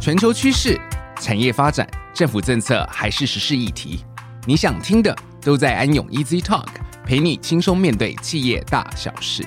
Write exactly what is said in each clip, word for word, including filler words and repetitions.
全球趋势、产业发展、政府政策还是时事议题，你想听的都在安永 Easy Talk， 陪你轻松面对企业大小事。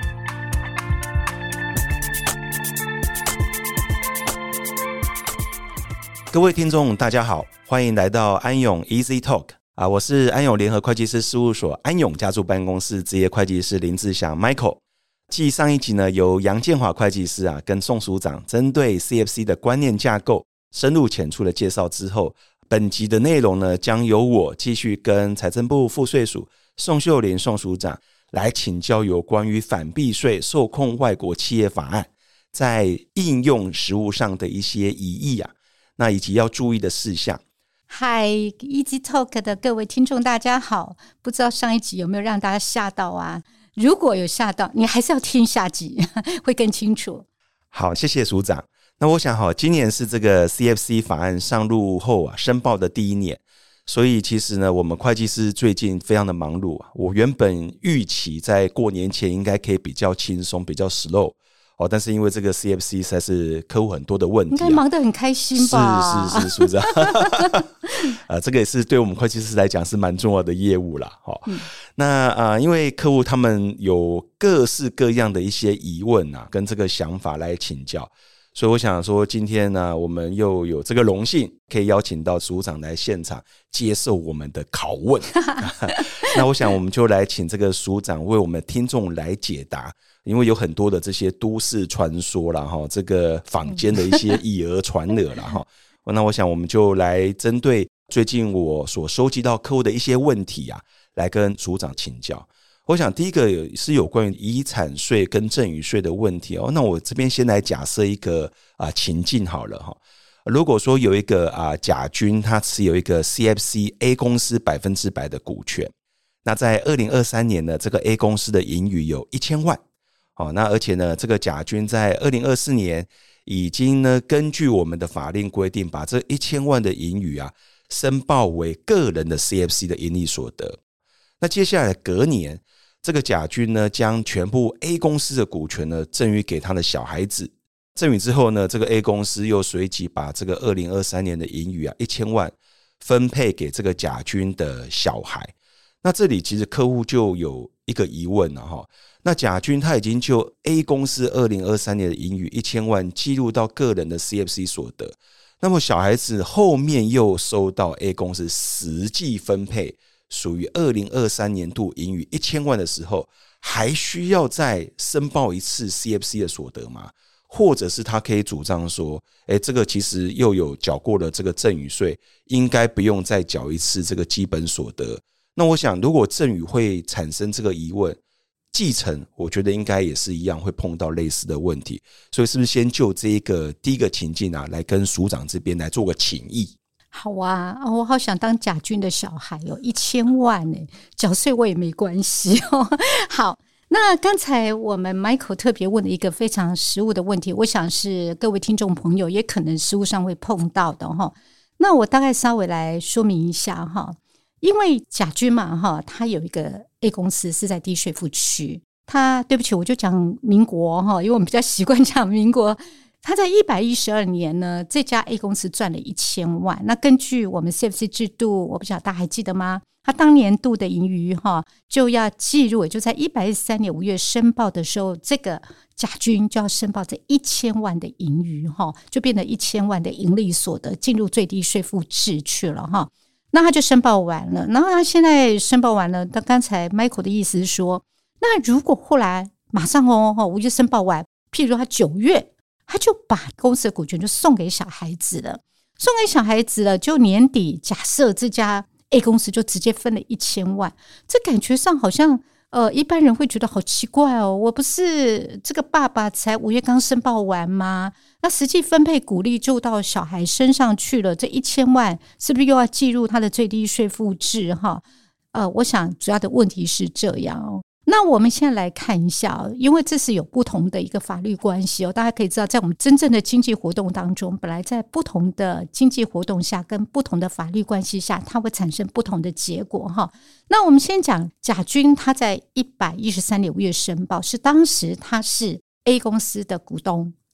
各位听众大家好，欢迎来到安永 Easy Talk 啊，我是安永联合会计师事务所安永家族办公室职业会计师林志祥 Michael。 继上一集呢，由杨建华会计师啊跟宋署长针对 C F C 的观念架构深入浅出的介绍之后，本集的内容呢，将由我继续跟财政部赋税署宋秀玲宋署长来请教有关于反避税受控外国企业法案在应用实务上的一些疑义啊，那以及要注意的事项。 嗨 Easy Talk 的各位听众大家好，不知道上一集有没有让大家吓到啊？如果有吓到，你还是要听下集会更清楚。 好，谢谢署长。那我想今年是这个 C F C 法案上路后啊申报的第一年，所以其实呢，我们会计师最近非常的忙碌。我原本预期在过年前应该可以比较轻松比较 slow，哦，但是因为这个 C F C 实在是客户很多的问题、啊， 应该忙得很开心吧？ 是是是，署长，呃，这个也是对我们会计师来讲是蛮重要的业务啦。哦嗯、那呃，因为客户他们有各式各样的一些疑问啊，跟这个想法来请教，所以我想说，今天呢，我们又有这个荣幸可以邀请到署长来现场接受我们的拷问。那我想我们就来请这个署长为我们听众来解答。因为有很多的这些都市传说啦，这个坊间的一些以讹传讹啦，那我想我们就来针对最近我所收集到客户的一些问题啊，来跟署长请教。我想第一个是有关于遗产税跟赠与税的问题哦。那我这边先来假设一个啊情境好了哈。如果说有一个啊甲君他持有一个 C F C A 公司百分之百的股权，那在二零二三年呢，这个 A 公司的盈余有一千万。哦、那而且呢，这个甲君在二零二四年已经呢，根据我们的法令规定，把这一千万的盈余啊，申报为个人的 C F C 的盈利所得。那接下来隔年，这个甲君呢，将全部 A 公司的股权呢，赠与给他的小孩子。赠与之后呢，这个 A 公司又随即把这个二零二三年的盈余啊，一千万分配给这个甲君的小孩。那这里其实客户就有一个疑问了哈。那甲君他已经就 A 公司二零二三年的盈余一千万记录到个人的 C F C 所得，那么小孩子后面又收到 A 公司实际分配属于二零二三年度盈余一千万的时候，还需要再申报一次 C F C 的所得吗？或者是他可以主张说，诶，这个其实又有缴过了这个赠与税，应该不用再缴一次这个基本所得。那我想如果赠与会产生这个疑问，继承我觉得应该也是一样会碰到类似的问题，所以是不是先就这个第一个情境啊，来跟署长这边来做个请益？ 好啊，我好想当甲君的小孩哦，一千万耶，缴税我也没关系哦。好，那刚才我们 Michael 特别问了一个非常实务的问题，我想是各位听众朋友也可能实务上会碰到的哈。那我大概稍微来说明一下哈。因为甲君嘛，他有一个 A 公司是在低税负区，他对不起我就讲民国，因为我们比较习惯讲民国，他在一百一十二年呢，这家 A 公司赚了一千万。那根据我们 C F C 制度，我不晓得大家还记得吗？他当年度的盈余就要计入，也就在一百一十三年五月申报的时候，这个甲君就要申报这一千万的盈余，就变成一千万的盈利所得进入最低税负制去了哈。那他就申报完了，然后他现在申报完了，他刚才 Michael 的意思是说，那如果后来马上哦五月申报完，譬如说他九月他就把公司的股权就送给小孩子了，送给小孩子了，就年底假设这家 A 公司就直接分了一千万，这感觉上好像呃，一般人会觉得好奇怪哦，我不是这个爸爸才五月刚申报完吗？那实际分配股利就到小孩身上去了，这一千万是不是又要计入他的最低税负制哈？呃，我想主要的问题是这样哦。那我们现在来看一下，因为这是有不同的一个法律关系哦，大家可以知道，在我们真正的经济活动当中，本来在不同的经济活动下跟不同的法律关系下，它会产生不同的结果哈。那我们先讲甲君，他在一百一十三年五月申报，是当时他是 A 公司的股东。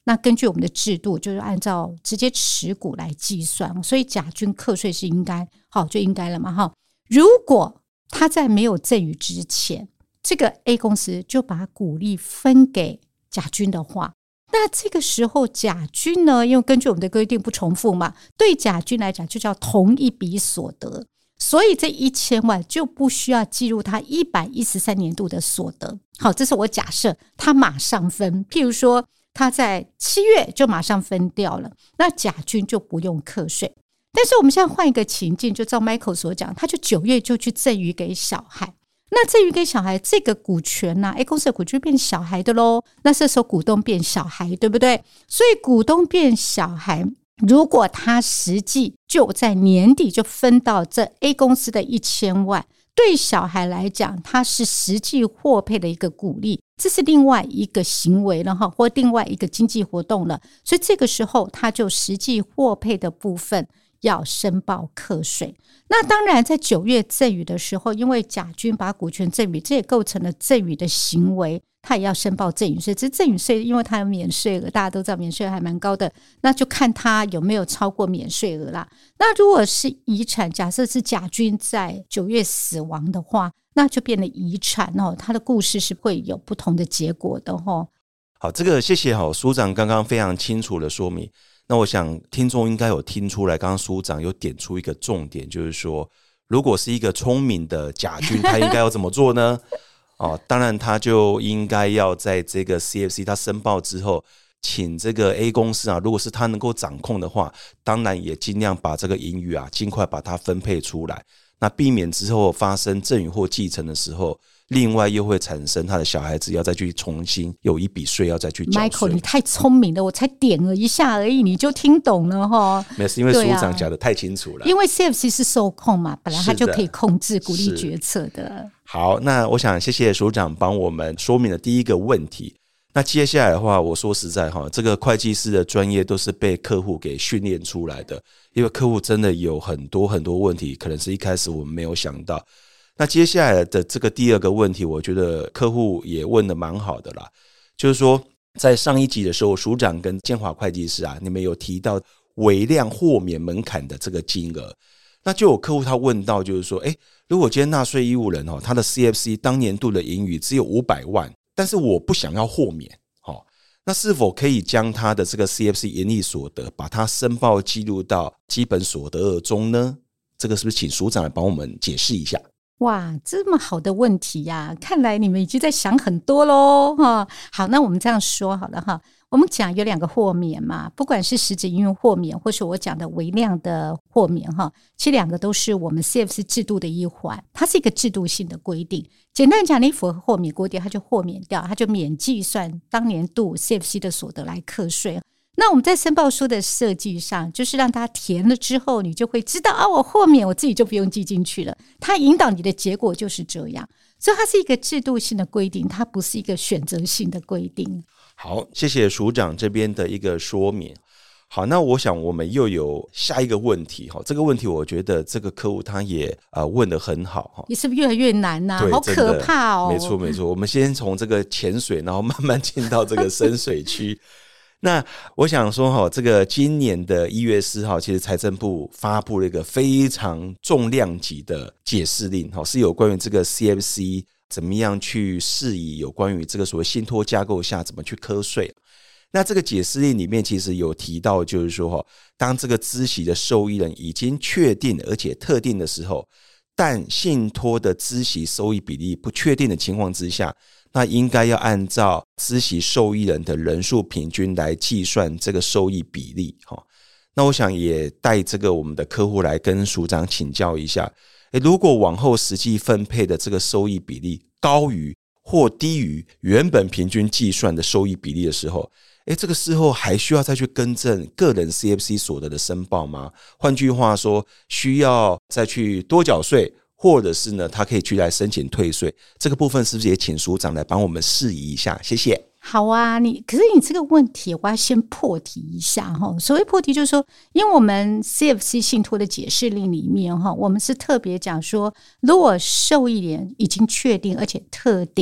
那根据我们的制度，就是按照直接持股来计算，所以甲君课税是应该，好就应该了嘛哈。如果他在没有赠与之前，这个 A 公司就把股利分给甲君的话，那这个时候甲君呢，因为根据我们的规定不重复嘛，对甲君来讲就叫同一笔所得，所以这一千万就不需要计入他一百一十三年度的所得。好，这是我假设他马上分，譬如说他在七月就马上分掉了，那甲君就不用课税。但是我们现在换一个情境，就照 Michael 所讲，他就九月就去赠与给小孩，那赠与给小孩这个股权啊 A 公司的股权变小孩的咯，那这时候股东变小孩，对不对？所以股东变小孩，如果他实际就在年底就分到这 A 公司的一千万，对小孩来讲他是实际获配的一个股利，这是另外一个行为了或另外一个经济活动了，所以这个时候他就实际获配的部分要申报课税。那当然在九月赠与的时候，因为甲君把股权赠与，这也构成了赠与的行为，他也要申报赠与税。这赠与税因为他有免税额，大家都知道免税额还蛮高的，那就看他有没有超过免税额啦。那如果是遗产，假设是甲君在九月死亡的话，那就变了遗产哦，他的故事是会有不同的结果的哦。 好，这个谢谢好署长刚刚非常清楚的说明。那我想听众应该有听出来，刚刚署长有点出一个重点，就是说如果是一个聪明的甲君，他应该要怎么做呢？哦，当然他就应该要在这个 C F C 他申报之后，请这个 A 公司啊，如果是他能够掌控的话，当然也尽量把这个盈余啊尽快把它分配出来，那避免之后发生赠与或继承的时候，另外又会产生他的小孩子要再去重新有一笔税要再去缴税。 Michael 你太聪明了，我才点了一下而已你就听懂了齁。 没事，因为署长讲的太清楚了、啊、 因为 C F C 是受控嘛，本来他就可以控制股利决策的。 好，那我想谢谢署长帮我们说明了第一个问题。那接下来的话，我说实在这个会计师的专业都是被客户给训练出来的，因为客户真的有很多很多问题，可能是一开始我们没有想到。那接下来的这个第二个问题，我觉得客户也问得蛮好的啦，就是说在上一集的时候，署长跟建华会计师啊，你们有提到微量豁免门槛的这个金额，那就有客户他问到，就是说，诶，如果今天纳税义务人他的 C F C 当年度的盈余只有五百万，但是我不想要豁免，那是否可以将他的这个 C F C 盈利所得把它申报记录到基本所得额中呢？这个是不是请署长来帮我们解释一下？ 哇，这么好的问题呀、啊！看来你们已经在想很多咯。好，那我们这样说好了哈。我们讲有两个豁免嘛，不管是实质应用豁免或是我讲的微量的豁免哈，其实两个都是我们 C F C 制度的一环，它是一个制度性的规定。简单讲，你符合豁免规定，它就豁免掉，它就免计算当年度 C F C 的所得来课税。那我们在申报书的设计上，就是让它填了之后，你就会知道啊，我豁免，我自己就不用记进去了。它引导你的结果就是这样，所以它是一个制度性的规定，它不是一个选择性的规定。 好，谢谢署长这边的一个说明。好，那我想我们又有下一个问题，这个问题我觉得这个客户他也、呃、问得很好， 也是不是越来越难啊？好可怕哦！ 没错没错，我们先从这个浅水，然后慢慢进到这个深水区。那我想说这个今年的一月四号，其实财政部发布了一个非常重量级的解释令，是有关于这个 C F C 怎么样去释疑，有关于这个所谓信托架构下怎么去课税。那这个解释令里面其实有提到，就是说当这个孳息的受益人已经确定而且特定的时候，但信托的孳息收益比例不确定的情况之下，那应该要按照孳息受益人的人数平均来计算这个收益比例。那我想也带这个我们的客户来跟署长请教一下，如果往后实际分配的这个收益比例高于或低于原本平均计算的收益比例的时候，诶，这个时候还需要再去更正个人 C F C 所得的申报吗？换句话说，需要再去多缴税，或者是呢，他可以去来申请退税，这个部分是不是也请署长来帮我们释疑一下？谢谢。 好啊，你可是你这个问题我要先破题一下哈。所谓破题就是说，因为我们 C F C 信托的解释令里面哈，我们是特别讲说，如果受益人已经确定而且特定，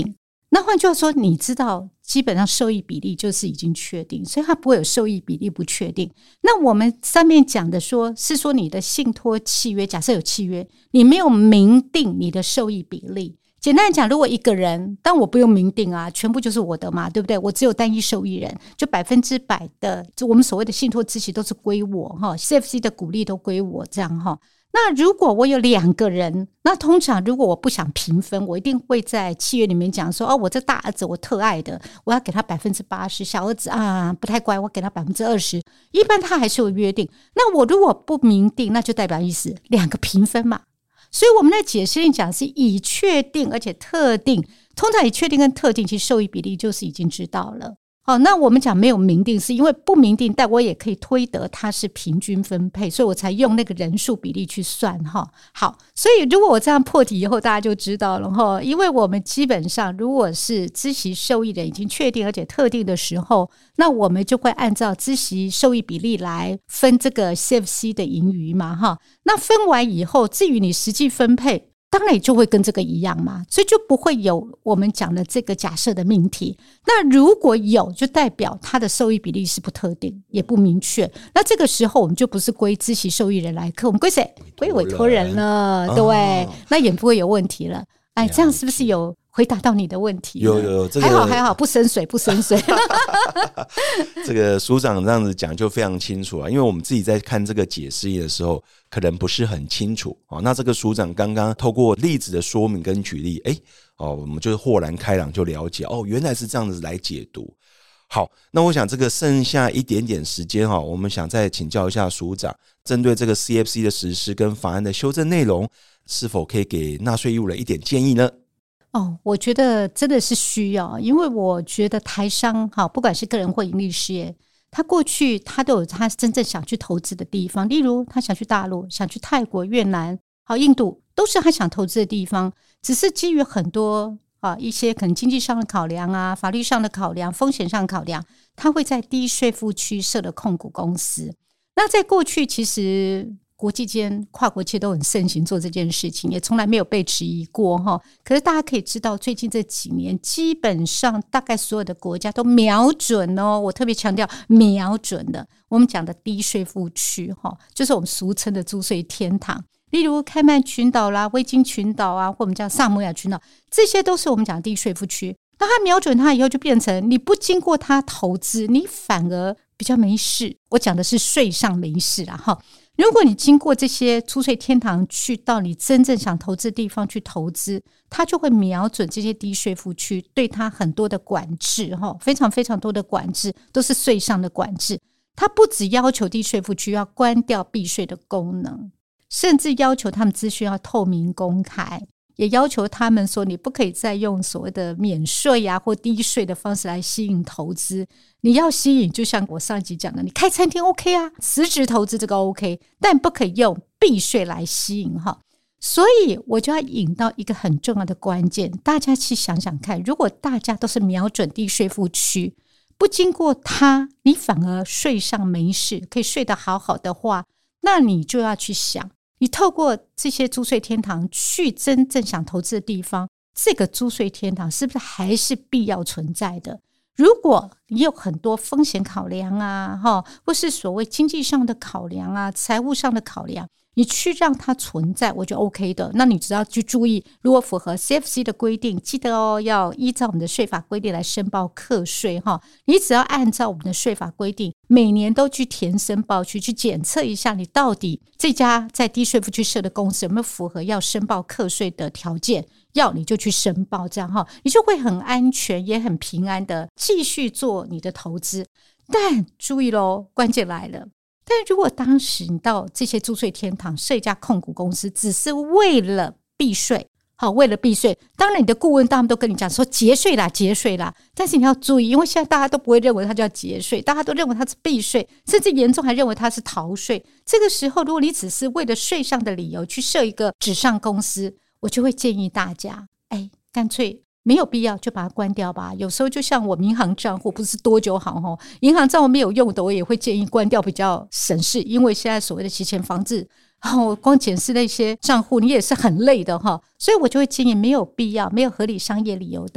那换句话说，你知道基本上收益比例就是已经确定，所以它不会有收益比例不确定。那我们上面讲的说是说你的信托契约，假设有契约，你没有明定你的收益比例。简单讲，如果一个人，但我不用明定啊，全部就是我的嘛，对不对？我只有单一受益人，就百分之百的，就我们所谓的信托孳息都是归我哈 ，C F C 的股利都归我这样哈。那如果我有两个人，那通常如果我不想平分，我一定会在契约里面讲说，哦，我这大儿子我特爱的，我要给他百分之八十，小儿子啊不太乖，我给他百分之二十。一般他还是有约定。那我如果不明定，那就代表意思两个平分嘛。所以我们在解释里讲是已确定而且特定，通常已确定跟特定，其实收益比例就是已经知道了。好，那我们讲没有明定，是因为不明定，但我也可以推得它是平均分配，所以我才用那个人数比例去算哈。好，所以如果我这样破题以后，大家就知道了哈。因为我们基本上如果是孳息受益人已经确定而且特定的时候，那我们就会按照孳息受益比例来分这个 C F C 的盈余嘛哈。那分完以后，至于你实际分配，当然也就会跟这个一样嘛，所以就不会有我们讲的这个假设的命题。那如果有，就代表它的收益比例是不特定也不明确，那这个时候我们就不是归孳息受益人来课，我们归谁？归委托人了，对、哦、那也不会有问题了。哎，这样是不是有回答到你的问题？ 有有有、这个、 还好还好，不深水不深水这个署长这样子讲就非常清楚啊，因为我们自己在看这个解释页的时候可能不是很清楚、哦、那这个署长刚刚透过例子的说明跟举例，哎、哦，我们就豁然开朗，就了解哦，原来是这样子来解读。好，那我想这个剩下一点点时间、哦、我们想再请教一下署长，针对这个 C F C 的实施跟法案的修正内容，是否可以给纳税义务人一点建议呢？ 哦，我觉得真的是需要，因为我觉得台商哈，不管是个人或营利事业，他过去他都有他真正想去投资的地方，例如他想去大陆，想去泰国、越南、好印度，都是他想投资的地方，只是基于很多啊一些可能经济上的考量啊、法律上的考量、风险上的考量，他会在低税负区设了控股公司。那在过去其实国际间跨国企业都很盛行做这件事情，也从来没有被质疑过哈。可是大家可以知道，最近这几年基本上大概所有的国家都瞄准哦，我特别强调瞄准的，我们讲的低税负区哈，就是我们俗称的租税天堂。例如开曼群岛啦、威金群岛啊，或我们叫萨摩亚群岛，这些都是我们讲的低税负区。那他瞄准它以后，就变成你不经过他投资，你反而比较没事。我讲的是税上没事啦哈。如果你经过这些租税天堂去到你真正想投资的地方去投资，它就会瞄准这些低税负区，对它很多的管制，非常非常多的管制，都是税上的管制。它不只要求低税负区要关掉避税的功能，甚至要求他们资讯要透明公开，也要求他们说你不可以再用所谓的免税啊或低税的方式来吸引投资。你要吸引，就像我上一集讲的，你开餐厅 OK 啊，实质投资这个 OK， 但不可以用避税来吸引哈。所以我就要引到一个很重要的关键，大家去想想看，如果大家都是瞄准低税负区，不经过它，你反而税上没事，可以税得好好的话，那你就要去想，你透过这些租税天堂去真正想投资的地方，这个租税天堂是不是还是必要存在的？如果你有很多风险考量啊，或是所谓经济上的考量啊、财务上的考量，你去让它存在，我觉得 OK 的。那你只要去注意，如果符合 C F C 的规定，记得哦，要依照我们的税法规定来申报课税哈。你只要按照我们的税法规定，每年都去填申报区，去检测一下你到底这家在低税负区设的公司有没有符合要申报课税的条件，要你就去申报，这样哈，你就会很安全也很平安的继续做你的投资。但注意咯，关键来了，但如果当时你到这些租税天堂设一家控股公司，只是为了避税，好，为了避税，当然你的顾问他们都跟你讲说节税啦节税啦，但是你要注意，因为现在大家都不会认为它叫节税，大家都认为它是避税，甚至严重还认为它是逃税。这个时候如果你只是为了税上的理由去设一个纸上公司，我就会建议大家，哎，干脆没有必要就把它关掉吧。有时候就像我银行账户不是多久好齁，银行账户没有用的，我也会建议关掉比较省事，因为现在所谓的洗钱防治，哦，光检视那些账户你也是很累的齁，所以我就会建议没有必要、没有合理商业理由的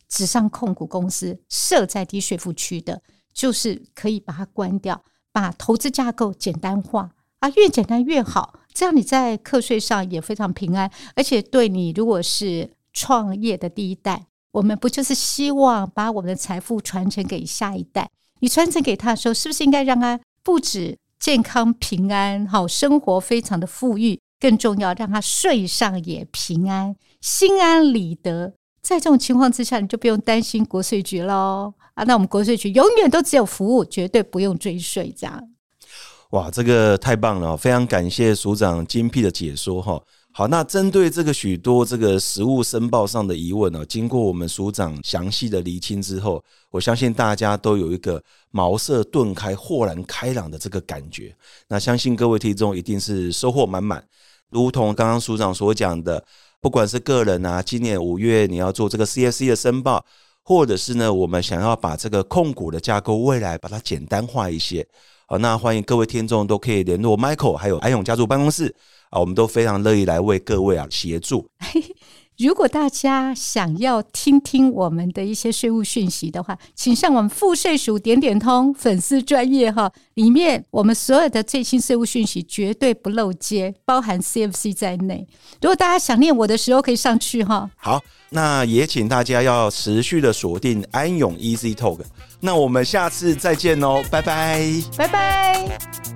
纸上控股公司设在低税负区的，就是可以把它关掉，把投资架构简单化啊，越简单越好，这样你在课税上也非常平安，而且对你如果是创业的第一代，我们不就是希望把我们的财富传承给下一代？你传承给他的时候，是不是应该让他不止健康平安，好生活非常的富裕，更重要让他税上也平安，心安理得？在这种情况之下，你就不用担心国税局咯啊，那我们国税局永远都只有服务，绝对不用追税这样。 哇，这个太棒了，非常感谢署长精辟的解说哈。好，那针对这个许多这个实务申报上的疑问呢，经过我们署长详细的厘清之后，我相信大家都有一个茅塞顿开、豁然开朗的这个感觉。那相信各位听众一定是收获满满。如同刚刚署长所讲的，不管是个人啊，今年五月你要做这个 C F C 的申报，或者是呢，我们想要把这个控股的架构未来把它简单化一些。好，那欢迎各位听众都可以联络 Michael 还有安永家族办公室啊，我们都非常乐意来为各位啊协助。 如果大家想要听听我们的一些税务讯息的话，请上我们赋税署点点通粉丝专页哈，里面我们所有的最新税务讯息绝对不漏接，包含 C F C 在内。如果大家想念我的时候，可以上去哈。 好，那也请大家要持续的锁定安永 Easy Talk。那我们下次再见哦，拜拜， 拜拜。